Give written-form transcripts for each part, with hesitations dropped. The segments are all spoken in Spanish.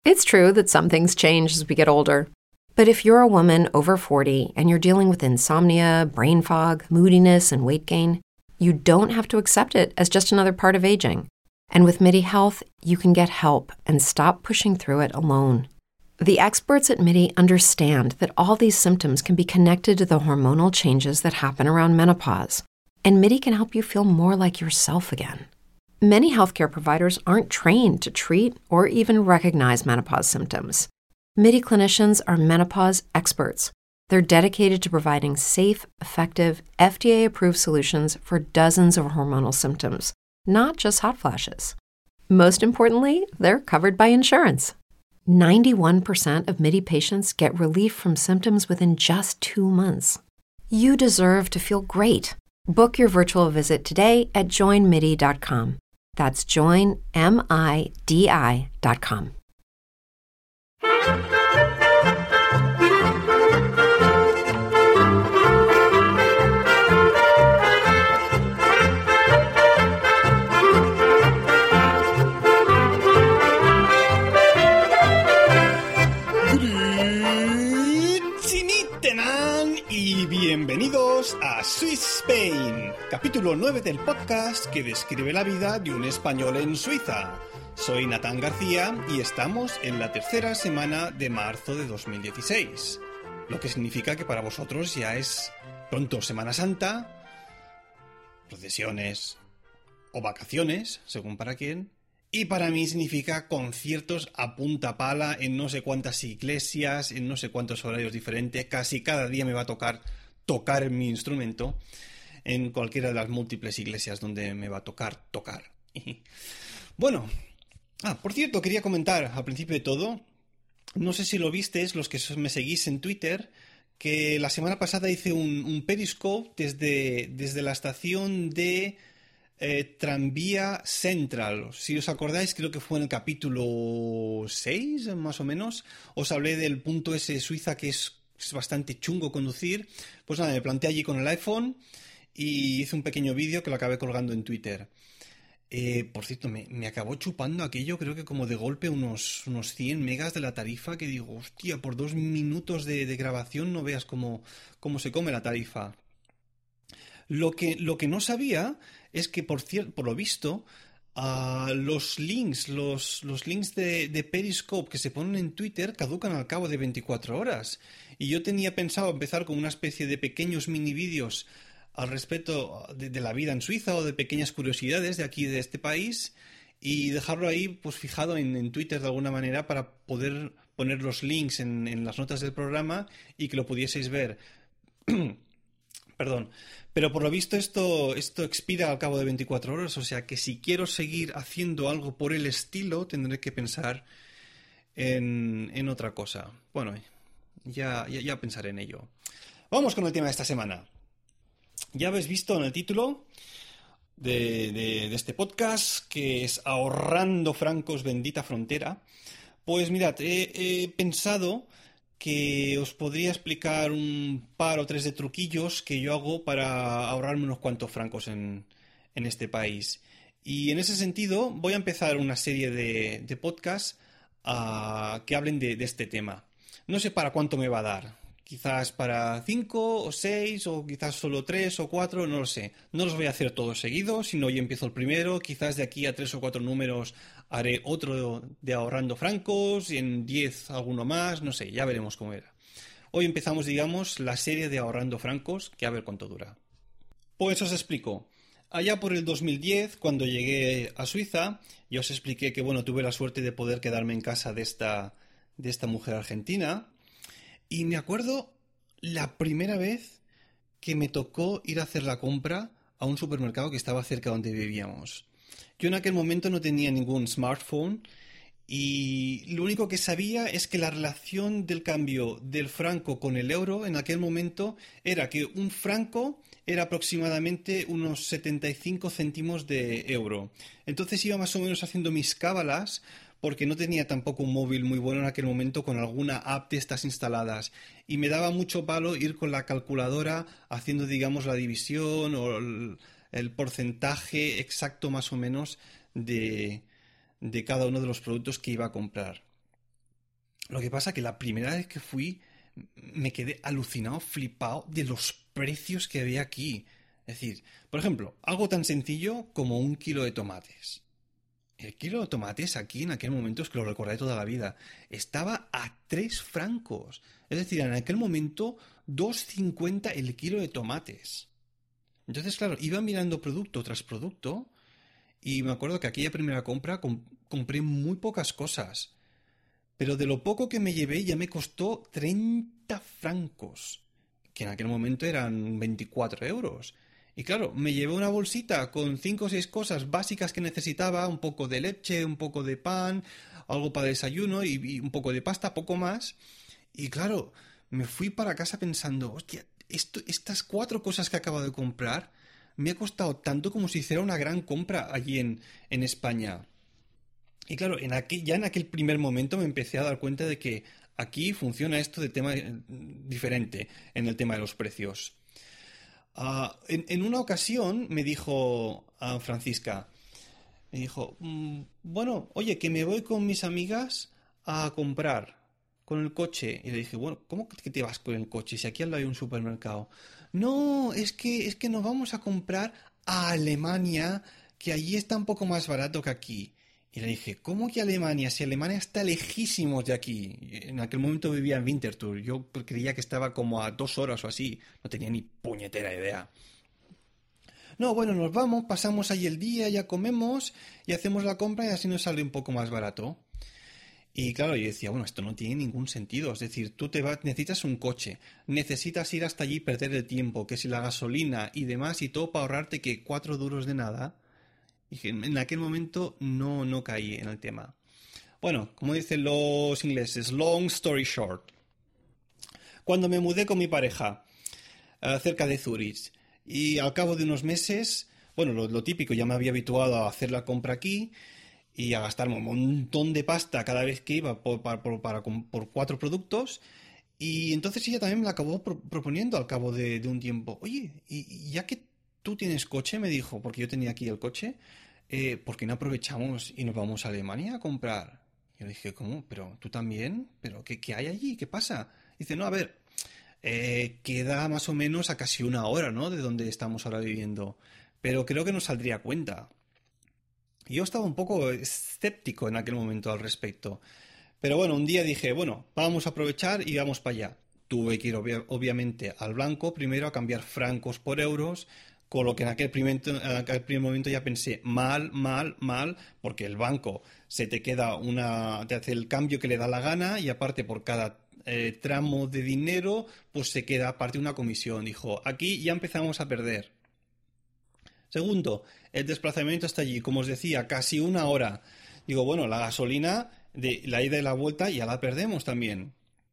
It's true that some things change as we get older. But if you're a woman over 40 and you're dealing with insomnia, brain fog, moodiness, and weight gain, you don't have to accept it as just another part of aging. And with MIDI Health, you can get help and stop pushing through it alone. The experts at MIDI understand that all these symptoms can be connected to the hormonal changes that happen around menopause, and MIDI can help you feel more like yourself again. Many healthcare providers aren't trained to treat or even recognize menopause symptoms. MIDI clinicians are menopause experts. They're dedicated to providing safe, effective, FDA-approved solutions for dozens of hormonal symptoms, not just hot flashes. Most importantly, they're covered by insurance. 91% of MIDI patients get relief from symptoms within just 2 months. You deserve to feel great. Book your virtual visit today at joinmidi.com. That's joinmidi.com. Y bienvenidos a Swiss Spain, capítulo 9 del podcast que describe la vida de un español en Suiza. Soy Natán García y estamos en la tercera semana de marzo de 2016, lo que significa que para vosotros ya es pronto Semana Santa, procesiones o vacaciones, según para quién. Y para mí significa conciertos a punta pala en no sé cuántas iglesias, en no sé cuántos horarios diferentes. Casi cada día me va a tocar mi instrumento en cualquiera de las múltiples iglesias donde me va a tocar. Bueno, por cierto, quería comentar al principio de todo, no sé si lo visteis, los que me seguís en Twitter, que la semana pasada hice un Periscope desde la estación de Tranvía Central. Si os acordáis, creo que fue en el capítulo 6, más o menos. Os hablé del punto S de Suiza, que es bastante chungo conducir. Pues nada, me planté allí con el iPhone y hice un pequeño vídeo que lo acabé colgando en Twitter. Por cierto, me acabó chupando aquello, creo que como de golpe unos 100 megas de la tarifa, que digo, hostia, por 2 minutos de grabación no veas cómo se come la tarifa. Lo que no sabía es que, por lo visto, los links de Periscope que se ponen en Twitter caducan al cabo de 24 horas. Y yo tenía pensado empezar con una especie de pequeños mini vídeos al respecto de la vida en Suiza o de pequeñas curiosidades de aquí, de este país, y dejarlo ahí pues fijado en Twitter de alguna manera para poder poner los links en las notas del programa y que lo pudieseis ver. Perdón. Pero por lo visto esto expira al cabo de 24 horas, o sea que si quiero seguir haciendo algo por el estilo, tendré que pensar en otra cosa. Bueno, ya pensaré en ello. Vamos con el tema de esta semana. Ya habéis visto en el título de este podcast, que es Ahorrando francos, bendita frontera. Pues mirad, he pensado que os podría explicar un par o tres de truquillos que yo hago para ahorrarme unos cuantos francos en este país. Y en ese sentido voy a empezar una serie de podcasts que hablen de este tema. No sé para cuánto me va a dar. Quizás para 5 o 6 o quizás solo 3 o 4, no lo sé. No los voy a hacer todos seguidos, sino yo empiezo el primero. Quizás de aquí a 3 o 4 números haré otro de ahorrando francos y en 10 alguno más, no sé, ya veremos cómo era. Hoy empezamos, digamos, la serie de ahorrando francos, que a ver cuánto dura. Pues os explico. Allá por el 2010, cuando llegué a Suiza, yo os expliqué que, bueno, tuve la suerte de poder quedarme en casa de esta mujer argentina. Y me acuerdo la primera vez que me tocó ir a hacer la compra a un supermercado que estaba cerca donde vivíamos. Yo en aquel momento no tenía ningún smartphone y lo único que sabía es que la relación del cambio del franco con el euro en aquel momento era que un franco era aproximadamente unos 75 céntimos de euro. Entonces iba más o menos haciendo mis cábalas, porque no tenía tampoco un móvil muy bueno en aquel momento con alguna app de estas instaladas. Y me daba mucho palo ir con la calculadora haciendo, digamos, la división o el porcentaje exacto más o menos de cada uno de los productos que iba a comprar. Lo que pasa que la primera vez que fui me quedé alucinado, flipado de los precios que había aquí. Es decir, por ejemplo, algo tan sencillo como un kilo de tomates. El kilo de tomates aquí en aquel momento, es que lo recordaré toda la vida, estaba a 3 francos. Es decir, en aquel momento 2,50 el kilo de tomates. Entonces, claro, iba mirando producto tras producto y me acuerdo que aquella primera compra compré muy pocas cosas. Pero de lo poco que me llevé ya me costó 30 francos, que en aquel momento eran 24 euros. Y claro, me llevé una bolsita con 5 o 6 cosas básicas que necesitaba, un poco de leche, un poco de pan, algo para desayuno y un poco de pasta, poco más. Y claro, me fui para casa pensando, hostia, estas 4 cosas que acabo de comprar me ha costado tanto como si hiciera una gran compra allí en España. Y claro, ya en aquel primer momento me empecé a dar cuenta de que aquí funciona esto de tema diferente en el tema de los precios. En una ocasión me dijo Francisca, me dijo, bueno, oye, que me voy con mis amigas a comprar con el coche. Y le dije, bueno, ¿cómo que te vas con el coche si aquí al lado hay un supermercado? No, es que nos vamos a comprar a Alemania, que allí está un poco más barato que aquí. Y le dije, ¿cómo que Alemania? Si Alemania está lejísimos de aquí. En aquel momento vivía en Winterthur. Yo creía que estaba como a 2 horas o así. No tenía ni puñetera idea. No, bueno, nos vamos, pasamos ahí el día, ya comemos y hacemos la compra y así nos sale un poco más barato. Y claro, yo decía, bueno, esto no tiene ningún sentido. Es decir, necesitas un coche, necesitas ir hasta allí y perder el tiempo, que si la gasolina y demás y todo para ahorrarte que 4 duros de nada. Y que en aquel momento no caí en el tema. Bueno, como dicen los ingleses, long story short. Cuando me mudé con mi pareja cerca de Zurich y al cabo de unos meses, bueno, lo típico, ya me había habituado a hacer la compra aquí y a gastarme un montón de pasta cada vez que iba por 4 productos. Y entonces ella también me la acabó proponiendo al cabo de un tiempo. Oye, y ya que tú tienes coche, me dijo, porque yo tenía aquí el coche, ¿por qué no aprovechamos y nos vamos a Alemania a comprar? Yo dije, ¿cómo? ¿Pero tú también? ¿Pero qué hay allí? ¿Qué pasa? Dice, no, a ver, queda más o menos a casi 1 hora, ¿no? De donde estamos ahora viviendo. Pero creo que nos saldría a cuenta. Y yo estaba un poco escéptico en aquel momento al respecto. Pero bueno, un día dije, bueno, vamos a aprovechar y vamos para allá. Tuve que ir obviamente al banco primero a cambiar francos por euros, con lo que en aquel primer momento ya pensé mal, mal, mal, porque el banco te hace el cambio que le da la gana y aparte por cada tramo de dinero, pues se queda aparte una comisión. Dijo, aquí ya empezamos a perder. Segundo, el desplazamiento hasta allí, como os decía, casi 1 hora. Digo, bueno, la gasolina de la ida y la vuelta ya la perdemos también.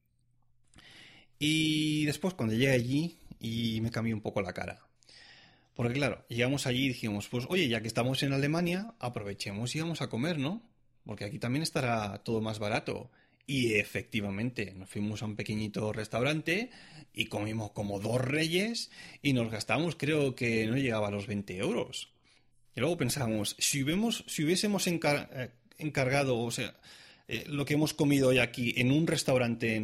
Y después cuando llegué allí y me cambió un poco la cara. Porque claro, llegamos allí y dijimos, pues oye, ya que estamos en Alemania, aprovechemos y vamos a comer, ¿no? Porque aquí también estará todo más barato. Y efectivamente, nos fuimos a un pequeñito restaurante y comimos como 2 reyes y nos gastamos, creo que no llegaba a los 20 euros. Y luego pensamos, si hubiésemos encargado, o sea, lo que hemos comido hoy aquí en un restaurante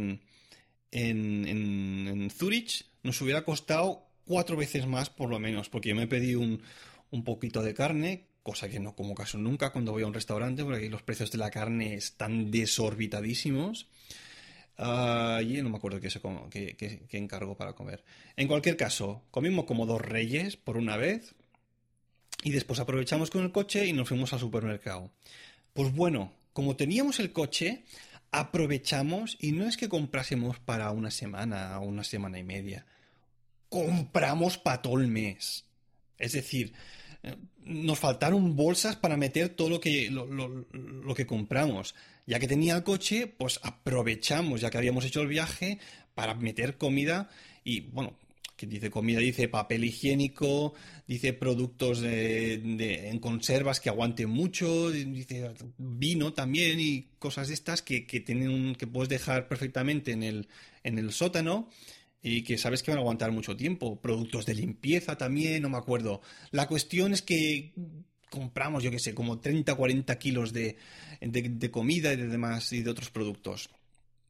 en Zurich, nos hubiera costado 4 veces más por lo menos, porque yo me pedí un poquito de carne, cosa que no como caso nunca cuando voy a un restaurante, porque aquí los precios de la carne están desorbitadísimos. Y no me acuerdo qué encargo para comer. En cualquier caso, comimos como 2 reyes por una vez y después aprovechamos con el coche y nos fuimos al supermercado. Pues bueno, como teníamos el coche, aprovechamos y no es que comprásemos para una semana o una semana y media. Compramos para todo el mes. Es decir, nos faltaron bolsas para meter todo lo que compramos. Ya que tenía el coche, pues aprovechamos, ya que habíamos hecho el viaje, para meter comida y, bueno, que dice comida, dice papel higiénico, dice productos en conservas que aguanten mucho, dice vino también y cosas de estas que puedes dejar perfectamente en el sótano y que sabes que van a aguantar mucho tiempo. Productos de limpieza también, no me acuerdo. La cuestión es que compramos, yo qué sé, como 30 o 40 kilos de comida y de demás y de otros productos.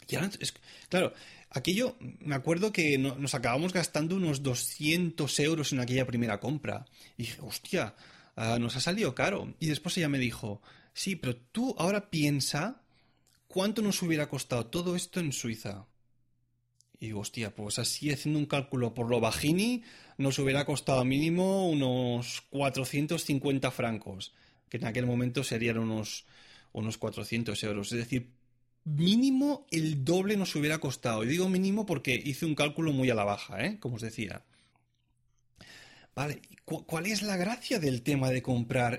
Y ahora, claro, aquello, me acuerdo que nos acabamos gastando unos 200 euros en aquella primera compra. Y dije, hostia, nos ha salido caro. Y después ella me dijo, sí, pero tú ahora piensa cuánto nos hubiera costado todo esto en Suiza. Y digo, hostia, pues así haciendo un cálculo por lo bajini, nos hubiera costado mínimo unos 450 francos, que en aquel momento serían unos 400 euros. Es decir, mínimo el doble nos hubiera costado. Y digo mínimo porque hice un cálculo muy a la baja, ¿eh? Como os decía. Vale, ¿cuál es la gracia del tema de comprar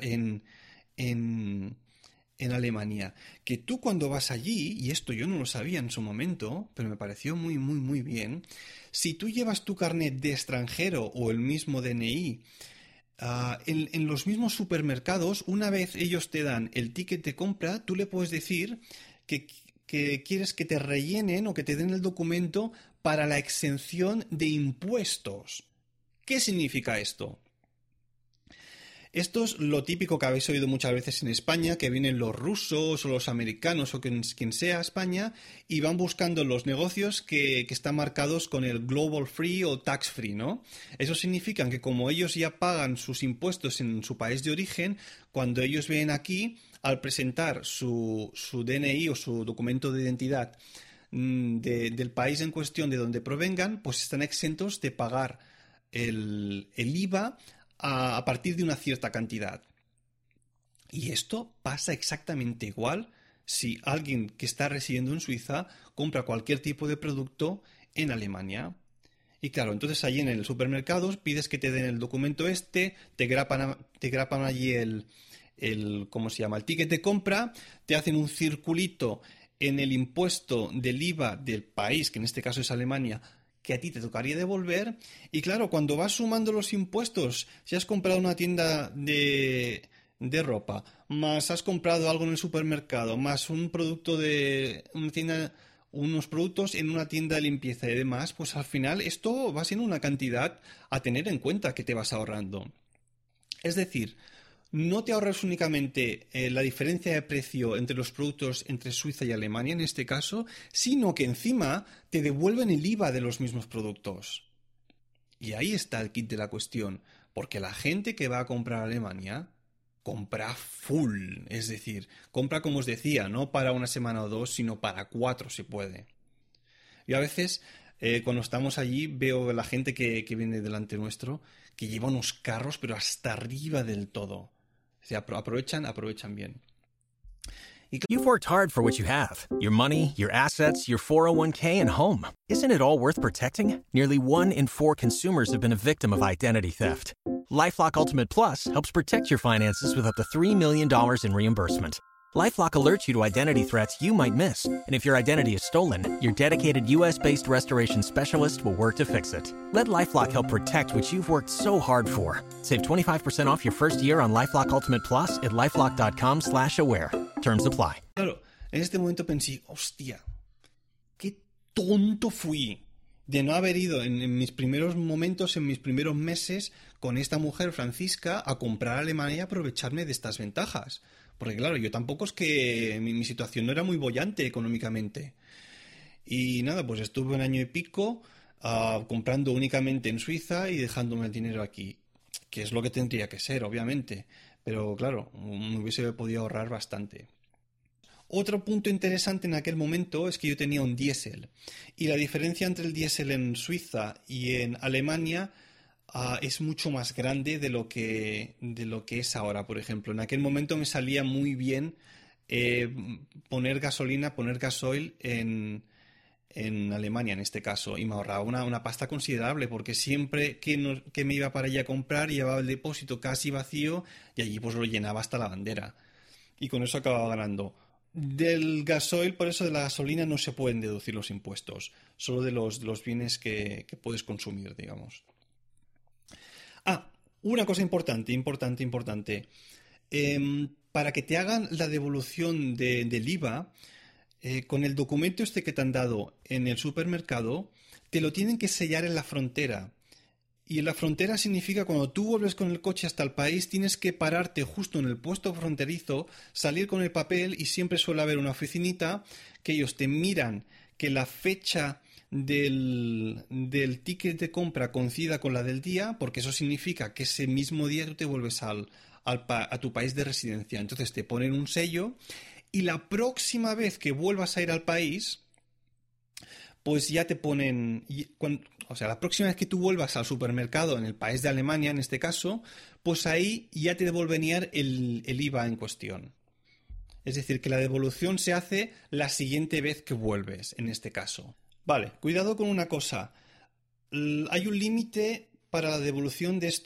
en Alemania? Que tú cuando vas allí, y esto yo no lo sabía en su momento, pero me pareció muy, muy, muy bien, si tú llevas tu carnet de extranjero o el mismo DNI, en los mismos supermercados, una vez ellos te dan el ticket de compra, tú le puedes decir que quieres que te rellenen o que te den el documento para la exención de impuestos. ¿Qué significa esto? Esto es lo típico que habéis oído muchas veces en España, que vienen los rusos o los americanos o quien sea a España y van buscando los negocios que están marcados con el Global Free o Tax Free, ¿no? Eso significa que como ellos ya pagan sus impuestos en su país de origen, cuando ellos vienen aquí, al presentar su DNI o su documento de identidad del país en cuestión de donde provengan, pues están exentos de pagar el IVA a partir de una cierta cantidad. Y esto pasa exactamente igual si alguien que está residiendo en Suiza compra cualquier tipo de producto en Alemania. Y claro, entonces allí en el supermercado pides que te den el documento te grapan allí ¿cómo se llama? El ticket de compra, te hacen un circulito en el impuesto del IVA del país, que en este caso es Alemania, que a ti te tocaría devolver. Y claro, cuando vas sumando los impuestos, si has comprado una tienda de ropa, más has comprado algo en el supermercado, más un producto de una tienda, unos productos en una tienda de limpieza y demás, pues al final esto va siendo una cantidad a tener en cuenta que te vas ahorrando. Es decir, no te ahorras únicamente la diferencia de precio entre los productos entre Suiza y Alemania en este caso, sino que encima te devuelven el IVA de los mismos productos. Y ahí está el kit de la cuestión, porque la gente que va a comprar a Alemania compra full, es decir, compra como os decía, no para una semana o dos, sino para 4 si puede. Yo a veces, cuando estamos allí, veo a la gente que viene delante nuestro, que lleva unos carros, pero hasta arriba del todo. O sea, aprovechan bien. You've worked hard for what you have. Your money, your assets, your 401k, and home. Isn't it all worth protecting? Nearly 1 in 4 consumers have been a victim of identity theft. LifeLock Ultimate Plus helps protect your finances with up to $3 million in reimbursement. LifeLock alerts you to identity threats you might miss. And if your identity is stolen, your dedicated U.S.-based restoration specialist will work to fix it. Let LifeLock help protect what you've worked so hard for. Save 25% off your first year on LifeLock Ultimate Plus at LifeLock.com/aware. Terms apply. Claro, en este momento pensé, hostia, qué tonto fui de no haber ido en mis primeros momentos, en mis primeros meses, con esta mujer Francisca a comprar a Alemania y aprovecharme de estas ventajas. Porque claro, yo tampoco es que mi situación no era muy boyante económicamente. Y nada, pues estuve un año y pico comprando únicamente en Suiza y dejándome el dinero aquí. Que es lo que tendría que ser, obviamente. Pero claro, me hubiese podido ahorrar bastante. Otro punto interesante en aquel momento es que yo tenía un diésel. Y la diferencia entre el diésel en Suiza y en Alemania es mucho más grande de lo que es ahora, por ejemplo. En aquel momento me salía muy bien poner gasoil en Alemania en este caso, y me ahorraba una pasta considerable, porque siempre que me iba para allá a comprar llevaba el depósito casi vacío y allí pues lo llenaba hasta la bandera. Y con eso acababa ganando. Del gasoil, por eso de la gasolina no se pueden deducir los impuestos, solo de los bienes que puedes consumir, digamos. Una cosa importante. Para que te hagan la devolución del IVA, con el documento este que te han dado en el supermercado, te lo tienen que sellar en la frontera. Y en la frontera significa cuando tú vuelves con el coche hasta el país, tienes que pararte justo en el puesto fronterizo, salir con el papel y siempre suele haber una oficinita que ellos te miran que la fecha del ticket de compra coincida con la del día, porque eso significa que ese mismo día tú te vuelves a tu país de residencia. Entonces te ponen un sello y la próxima vez que vuelvas a ir al país, pues ya te ponen... O sea, la próxima vez que tú vuelvas al supermercado en el país de Alemania, en este caso, pues ahí ya te devolverían el IVA en cuestión. Es decir, que la devolución se hace la siguiente vez que vuelves, en este caso. Vale, cuidado con una cosa. Hay un límite para la devolución de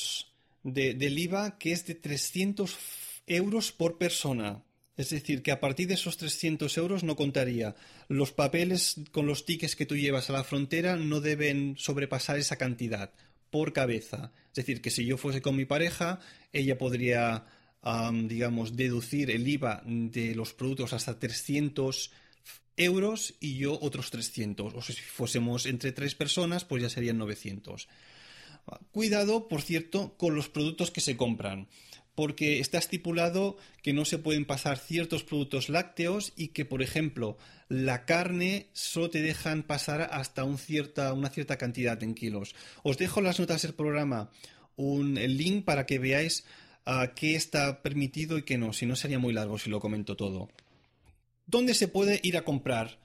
del IVA que es de 300 euros por persona. Es decir, que a partir de esos 300 euros no contaría. Los papeles con los tickets que tú llevas a la frontera no deben sobrepasar esa cantidad por cabeza. Es decir, que si yo fuese con mi pareja, ella podría, digamos, deducir el IVA de los productos hasta 300 euros y yo otros 300. O si fuésemos entre 3 personas, pues ya serían 900. Cuidado, por cierto, con los productos que se compran, porque está estipulado que no se pueden pasar ciertos productos lácteos y que, por ejemplo, la carne solo te dejan pasar hasta una cierta cantidad en kilos. Os dejo en las notas del programa el link para que veáis qué está permitido y qué no, si no sería muy largo si lo comento todo. ¿Dónde se puede ir a comprar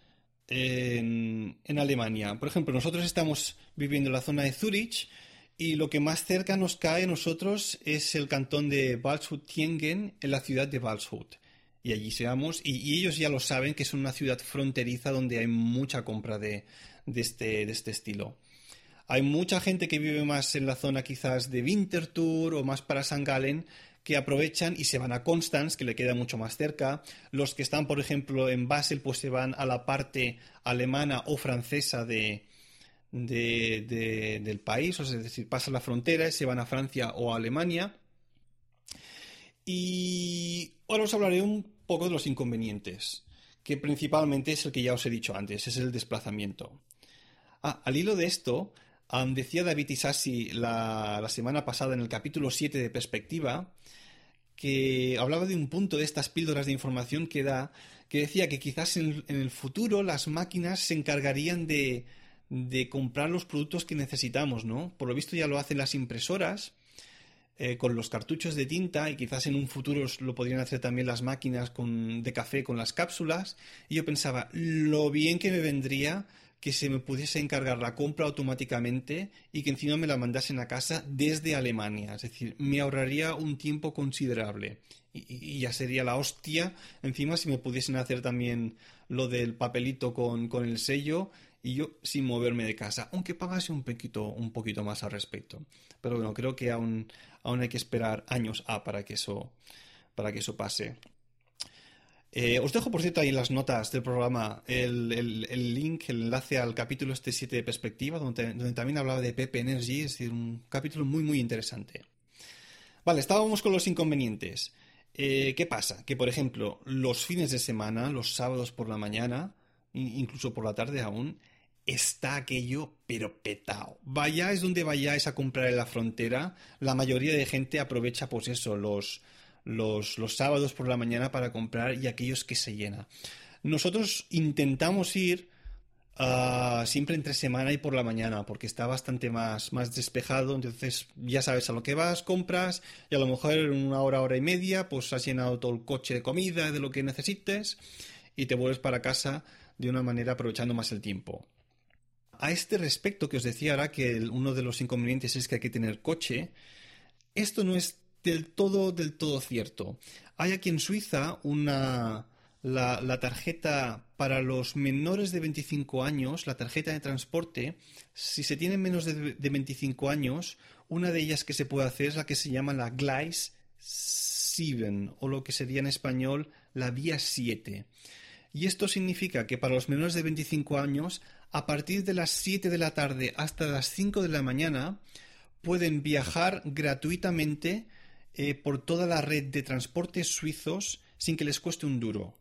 en Alemania? Por ejemplo, nosotros estamos viviendo en la zona de Zúrich y lo que más cerca nos cae a nosotros es el cantón de Waldshut-Tiengen, en la ciudad de Waldshut. Y allí seamos, y ellos ya lo saben, que es una ciudad fronteriza donde hay mucha compra de este estilo. Hay mucha gente que vive más en la zona quizás de Winterthur o más para St. Gallen, que aprovechan y se van a Konstanz, que le queda mucho más cerca. Los que están, por ejemplo, en Basel, pues se van a la parte alemana o francesa del país, es decir, pasan la frontera y se van a Francia o a Alemania. Y ahora os hablaré un poco de los inconvenientes, que principalmente es el que ya os he dicho antes, es el desplazamiento. Al hilo de esto, decía David Isasi la semana pasada en el capítulo 7 de Perspectiva, que hablaba de un punto de estas píldoras de información que decía que quizás en el futuro las máquinas se encargarían de comprar los productos que necesitamos, ¿no? Por lo visto ya lo hacen las impresoras con los cartuchos de tinta y quizás en un futuro lo podrían hacer también las máquinas de café con las cápsulas. Y yo pensaba, lo bien que me vendría que se me pudiese encargar la compra automáticamente y que encima me la mandasen a casa desde Alemania. Es decir, me ahorraría un tiempo considerable. Y ya sería la hostia encima si me pudiesen hacer también lo del papelito con el sello y yo sin moverme de casa, aunque pagase un poquito más al respecto. Pero bueno, creo que aún hay que esperar años para que eso pase. Os dejo, por cierto, ahí en las notas del programa el link, el enlace al capítulo 7 de Perspectiva, donde también hablaba de Pepe Energy, es decir, un capítulo muy, muy interesante. Vale, estábamos con los inconvenientes. ¿Qué pasa? Que, por ejemplo, los fines de semana, los sábados por la mañana, incluso por la tarde aún, está aquello pero petao. Vayáis donde vayáis a comprar en la frontera, la mayoría de gente aprovecha pues eso, los sábados por la mañana para comprar y aquellos que se llena. Nosotros intentamos ir siempre entre semana y por la mañana porque está bastante más despejado, entonces ya sabes a lo que vas, compras y a lo mejor en una hora y media pues has llenado todo el coche de comida, de lo que necesites y te vuelves para casa de una manera aprovechando más el tiempo. A este respecto que os decía ahora que uno de los inconvenientes es que hay que tener coche, esto no es del todo cierto. Hay aquí en Suiza la tarjeta para los menores de 25 años, la tarjeta de transporte. Si se tienen menos de 25 años, una de ellas que se puede hacer es la que se llama la Gleis 7, o lo que sería en español la vía 7. Y esto significa que para los menores de 25 años, a partir de las 7 de la tarde hasta las 5 de la mañana, pueden viajar gratuitamente por toda la red de transportes suizos sin que les cueste un duro.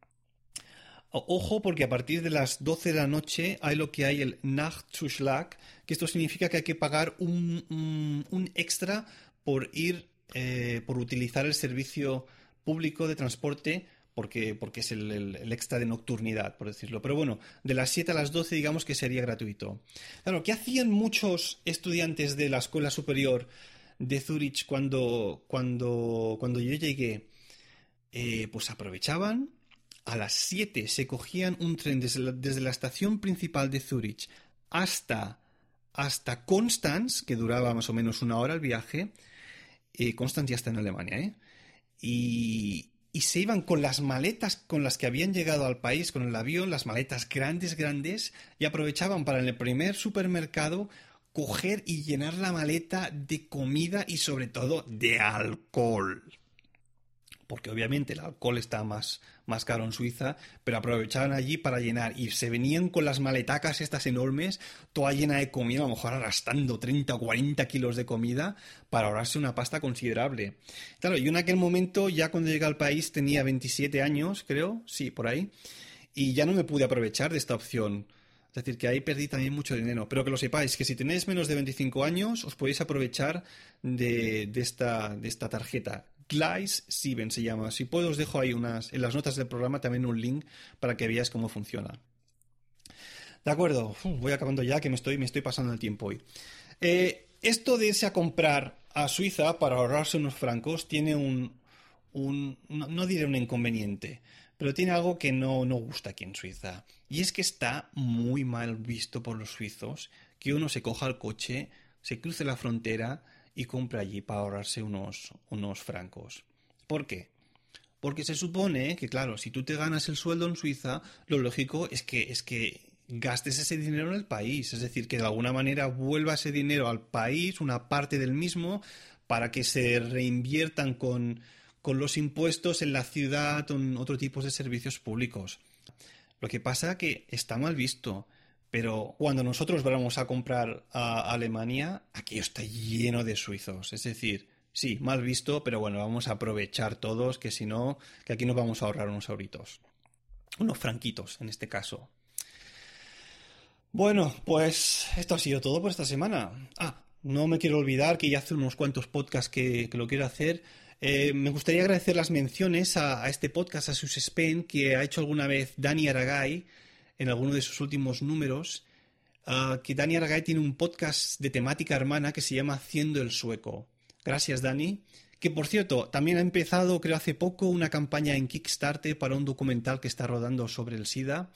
Ojo, porque a partir de las 12 de la noche hay lo que hay el Nachtzuschlag, que esto significa que hay que pagar un extra por utilizar el servicio público de transporte porque es el extra de nocturnidad, por decirlo. Pero bueno, de las 7 a las 12 digamos que sería gratuito. Claro, ¿qué hacían muchos estudiantes de la escuela superior de Zurich cuando yo llegué? Pues aprovechaban, a las 7 se cogían un tren desde la estación principal de Zurich hasta Konstanz, que duraba más o menos 1 hora el viaje. Konstanz ya está en Alemania, ¿eh? Y se iban con las maletas con las que habían llegado al país, con el avión, las maletas grandes, y aprovechaban para en el primer supermercado coger y llenar la maleta de comida y sobre todo de alcohol. Porque obviamente el alcohol está más caro en Suiza, pero aprovechaban allí para llenar y se venían con las maletacas estas enormes, toda llena de comida, a lo mejor arrastrando 30 o 40 kilos de comida para ahorrarse una pasta considerable. Claro, yo en aquel momento, ya cuando llegué al país, tenía 27 años, creo, sí, por ahí, y ya no me pude aprovechar de esta opción. Es decir, que ahí perdí también mucho dinero. Pero que lo sepáis, que si tenéis menos de 25 años, os podéis aprovechar de esta tarjeta. Gleis 7 se llama. Si puedo os dejo ahí en las notas del programa también un link para que veáis cómo funciona. De acuerdo, voy acabando ya que me estoy pasando el tiempo hoy. Esto de irse a comprar a Suiza para ahorrarse unos francos tiene no diré un inconveniente, pero tiene algo que no gusta aquí en Suiza. Y es que está muy mal visto por los suizos que uno se coja el coche, se cruce la frontera y compra allí para ahorrarse unos francos. ¿Por qué? Porque se supone que, claro, si tú te ganas el sueldo en Suiza, lo lógico es que gastes ese dinero en el país. Es decir, que de alguna manera vuelva ese dinero al país, una parte del mismo, para que se reinviertan con los impuestos en la ciudad o en otro tipo de servicios públicos. Lo que pasa es que está mal visto. Pero cuando nosotros vamos a comprar a Alemania, aquello está lleno de suizos. Es decir, sí, mal visto, pero bueno, vamos a aprovechar todos, que si no, que aquí nos vamos a ahorrar unos euritos. Unos franquitos, en este caso. Bueno, pues esto ha sido todo por esta semana. No me quiero olvidar que ya hace unos cuantos podcasts que lo quiero hacer. Me gustaría agradecer las menciones a este podcast, a Sus Spain, que ha hecho alguna vez Dani Aragay, en alguno de sus últimos números, que Dani Aragay tiene un podcast de temática hermana que se llama Haciendo el Sueco. Gracias, Dani. Que, por cierto, también ha empezado, creo hace poco, una campaña en Kickstarter para un documental que está rodando sobre el SIDA.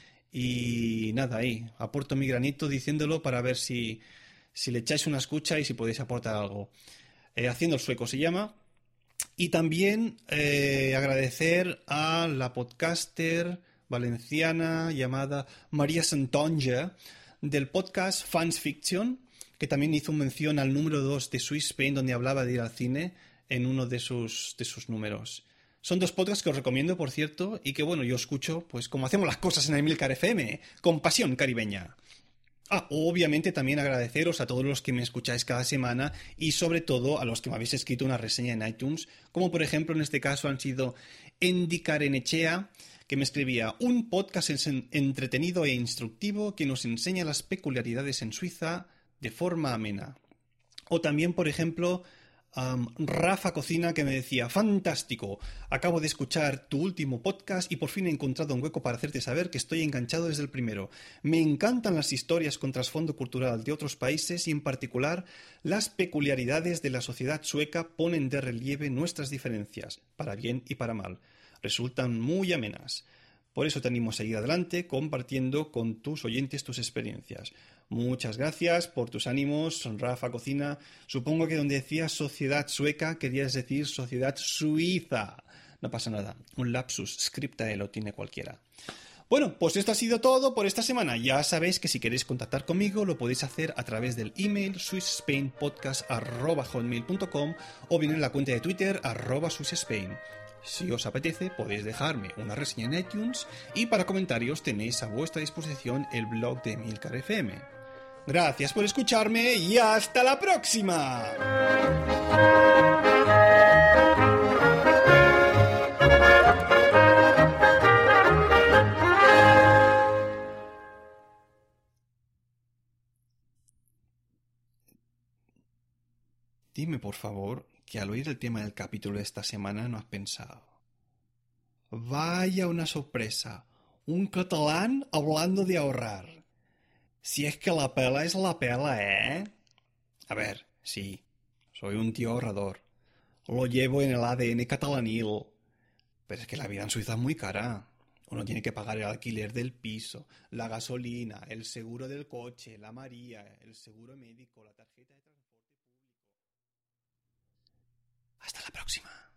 Y nada, ahí, aporto mi granito diciéndolo para ver si le echáis una escucha y si podéis aportar algo. Haciendo el Sueco se llama. Y también agradecer a la podcaster valenciana llamada María Santonja del podcast Fans Fiction, que también hizo mención al número 2 de Swiss Spain, donde hablaba de ir al cine en uno de sus números. Son 2 podcasts que os recomiendo, por cierto, y que bueno, yo escucho pues como hacemos las cosas en Emilcar FM, con pasión caribeña. Obviamente también agradeceros a todos los que me escucháis cada semana y sobre todo a los que me habéis escrito una reseña en iTunes, como por ejemplo en este caso han sido Endi Karenechea, que me escribía: un podcast entretenido e instructivo que nos enseña las peculiaridades en Suiza de forma amena. O también, por ejemplo, Rafa Cocina, que me decía: fantástico, acabo de escuchar tu último podcast y por fin he encontrado un hueco para hacerte saber que estoy enganchado desde el primero. Me encantan las historias con trasfondo cultural de otros países y en particular las peculiaridades de la sociedad sueca ponen de relieve nuestras diferencias, para bien y para mal. Resultan muy amenas. Por eso te animo a seguir adelante compartiendo con tus oyentes tus experiencias. Muchas gracias por tus ánimos, Rafa Cocina. Supongo que donde decías sociedad sueca querías decir sociedad suiza. No pasa nada, un lapsus scriptae lo tiene cualquiera. Bueno, pues esto ha sido todo por esta semana. Ya sabéis que si queréis contactar conmigo lo podéis hacer a través del email swissspainpodcast@hotmail.com o bien en la cuenta de Twitter @swissspain. Si os apetece, podéis dejarme una reseña en iTunes y para comentarios tenéis a vuestra disposición el blog de Emilcar FM. Gracias por escucharme y ¡hasta la próxima! Dime, por favor, que al oír el tema del capítulo de esta semana no has pensado: Vaya una sorpresa. Un catalán hablando de ahorrar. Si es que la pela es la pela, ¿eh? A ver, sí, soy un tío ahorrador. Lo llevo en el ADN catalanil. Pero es que la vida en Suiza es muy cara. Uno tiene que pagar el alquiler del piso, la gasolina, el seguro del coche, la María, el seguro médico, la tarjeta de transporte público. Hasta la próxima.